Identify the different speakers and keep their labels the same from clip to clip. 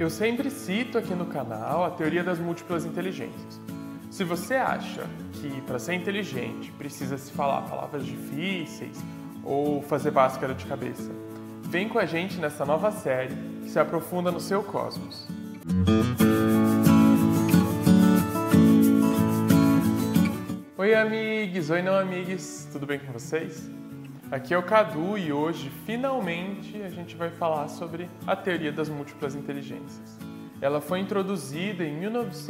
Speaker 1: Eu sempre cito aqui no canal a teoria das múltiplas inteligências. Se você acha que para ser inteligente precisa se falar palavras difíceis ou fazer báscara de cabeça, vem com a gente nessa nova série que se aprofunda no seu cosmos. Oi amigos, oi não amigos, tudo bem com vocês? Aqui é o Cadu e hoje, finalmente, a gente vai falar sobre a teoria das múltiplas inteligências. Ela foi introduzida em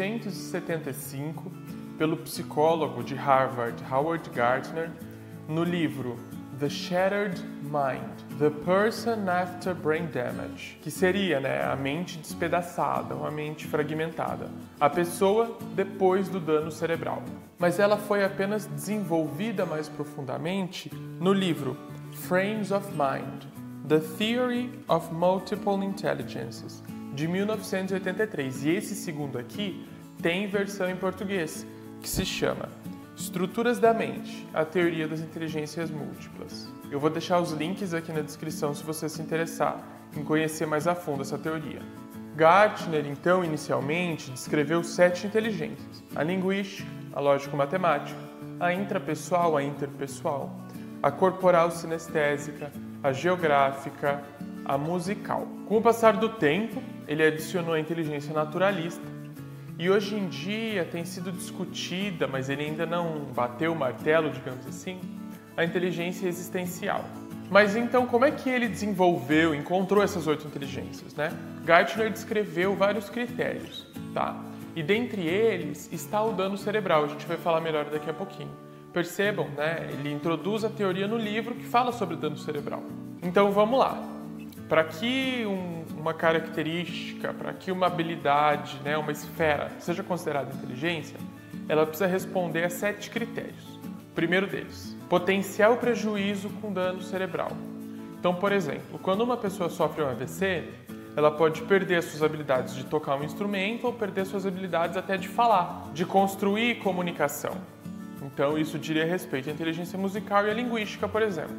Speaker 1: 1975 pelo psicólogo de Harvard, Howard Gardner, no livro The Shattered Mind, The Person After Brain Damage, que seria a mente despedaçada, uma mente fragmentada, a pessoa depois do dano cerebral. Mas ela foi apenas desenvolvida mais profundamente no livro Frames of Mind, The Theory of Multiple Intelligences, de 1983. E esse segundo aqui tem versão em português, que se chama Estruturas da Mente, a Teoria das Inteligências Múltiplas. Eu vou deixar os links aqui na descrição se você se interessar em conhecer mais a fundo essa teoria. Gardner, então, inicialmente, descreveu 7 inteligências: a linguística, a lógico-matemática, a intrapessoal, a interpessoal, a corporal-sinestésica, a geográfica, a musical. Com o passar do tempo, ele adicionou a inteligência naturalista e hoje em dia tem sido discutida, mas ele ainda não bateu o martelo, digamos assim, a inteligência existencial. Mas então, como é que ele desenvolveu, encontrou essas 8 inteligências, Gardner descreveu vários critérios, E dentre eles está o dano cerebral, a gente vai falar melhor daqui a pouquinho. Percebam, ele introduz a teoria no livro que fala sobre dano cerebral. Então vamos lá. Para que uma característica, para que uma habilidade, uma esfera seja considerada inteligência, ela precisa responder a 7 critérios. O primeiro deles, potencial prejuízo com dano cerebral. Então, por exemplo, quando uma pessoa sofre um AVC, ela pode perder suas habilidades de tocar um instrumento ou perder suas habilidades até de falar, de construir comunicação. Então, isso diria respeito à inteligência musical e à linguística, por exemplo.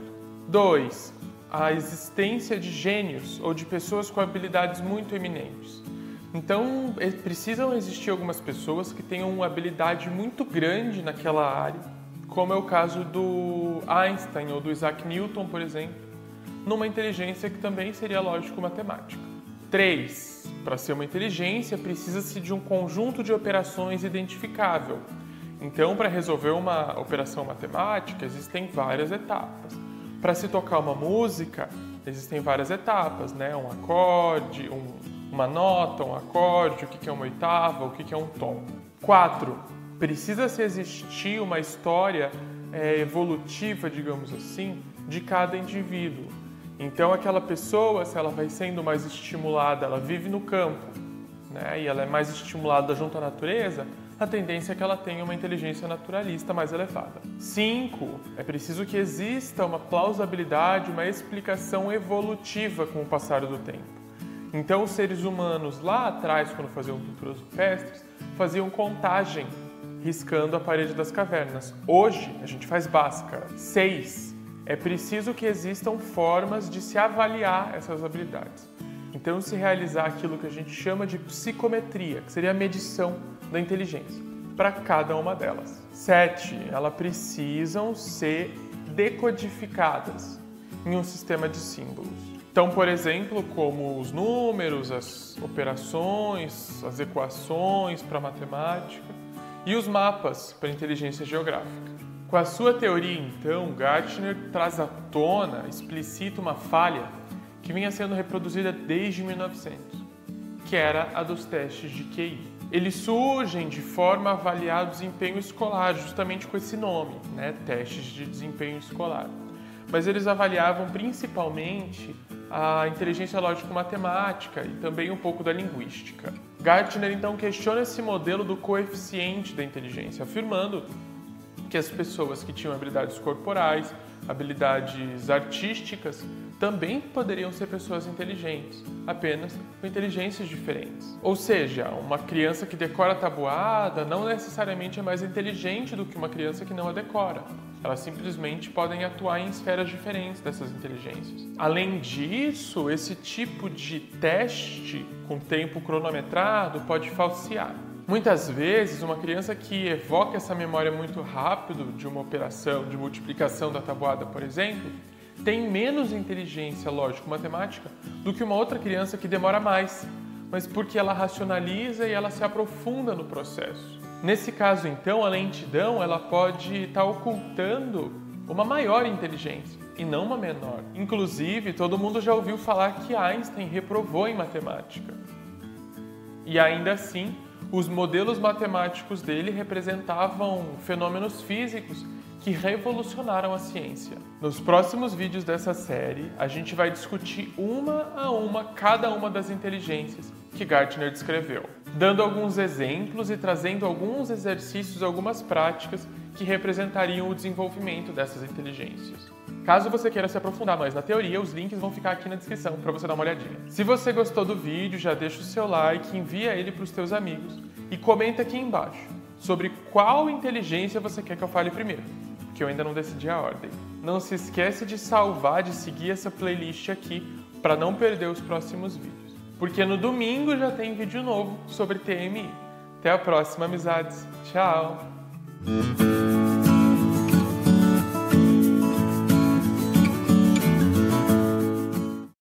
Speaker 1: 2. A existência de gênios ou de pessoas com habilidades muito eminentes. Então, precisam existir algumas pessoas que tenham uma habilidade muito grande naquela área, como é o caso do Einstein ou do Isaac Newton, por exemplo, numa inteligência que também seria lógico-matemática. 3. Para ser uma inteligência, precisa-se de um conjunto de operações identificável. Então, para resolver uma operação matemática, existem várias etapas. Para se tocar uma música, existem várias etapas, um acorde, uma nota, um acorde, o que é uma oitava, o que é um tom. 4. Precisa-se existir uma história evolutiva, digamos assim, de cada indivíduo. Então, aquela pessoa, se ela vai sendo mais estimulada, ela vive no campo, e ela é mais estimulada junto à natureza, a tendência é que ela tenha uma inteligência naturalista mais elevada. 5. É preciso que exista uma plausibilidade, uma explicação evolutiva com o passar do tempo. Então, os seres humanos lá atrás, quando faziam pinturas rupestres, faziam contagem, riscando a parede das cavernas. Hoje, a gente faz báscara. 6. É preciso que existam formas de se avaliar essas habilidades. Então, se realizar aquilo que a gente chama de psicometria, que seria a medição da inteligência, para cada uma delas. 7. Elas precisam ser decodificadas em um sistema de símbolos. Então, por exemplo, como os números, as operações, as equações para matemática e os mapas para inteligência geográfica. Com a sua teoria, então, Gardner traz à tona, explicita uma falha que vinha sendo reproduzida desde 1900, que era a dos testes de QI. Eles surgem de forma a avaliar o desempenho escolar, justamente com esse nome, testes de desempenho escolar. Mas eles avaliavam principalmente a inteligência lógico-matemática e também um pouco da linguística. Gardner, então, questiona esse modelo do coeficiente da inteligência, afirmando que as pessoas que tinham habilidades corporais, habilidades artísticas, também poderiam ser pessoas inteligentes, apenas com inteligências diferentes. Ou seja, uma criança que decora a tabuada não necessariamente é mais inteligente do que uma criança que não a decora. Elas simplesmente podem atuar em esferas diferentes dessas inteligências. Além disso, esse tipo de teste com tempo cronometrado pode falsear. Muitas vezes, uma criança que evoca essa memória muito rápido de uma operação de multiplicação da tabuada, por exemplo, tem menos inteligência lógico-matemática do que uma outra criança que demora mais, mas porque ela racionaliza e ela se aprofunda no processo. Nesse caso, então, a lentidão ela pode estar ocultando uma maior inteligência e não uma menor. Inclusive, todo mundo já ouviu falar que Einstein reprovou em matemática. E ainda assim, os modelos matemáticos dele representavam fenômenos físicos que revolucionaram a ciência. Nos próximos vídeos dessa série, a gente vai discutir uma a uma cada uma das inteligências que Gartner descreveu, dando alguns exemplos e trazendo alguns exercícios, algumas práticas que representariam o desenvolvimento dessas inteligências. Caso você queira se aprofundar mais na teoria, os links vão ficar aqui na descrição para você dar uma olhadinha. Se você gostou do vídeo, já deixa o seu like, envia ele para os teus amigos e comenta aqui embaixo sobre qual inteligência você quer que eu fale primeiro, que eu ainda não decidi a ordem. Não se esquece de salvar, de seguir essa playlist aqui para não perder os próximos vídeos. Porque no domingo já tem vídeo novo sobre TMI. Até a próxima, amizades. Tchau!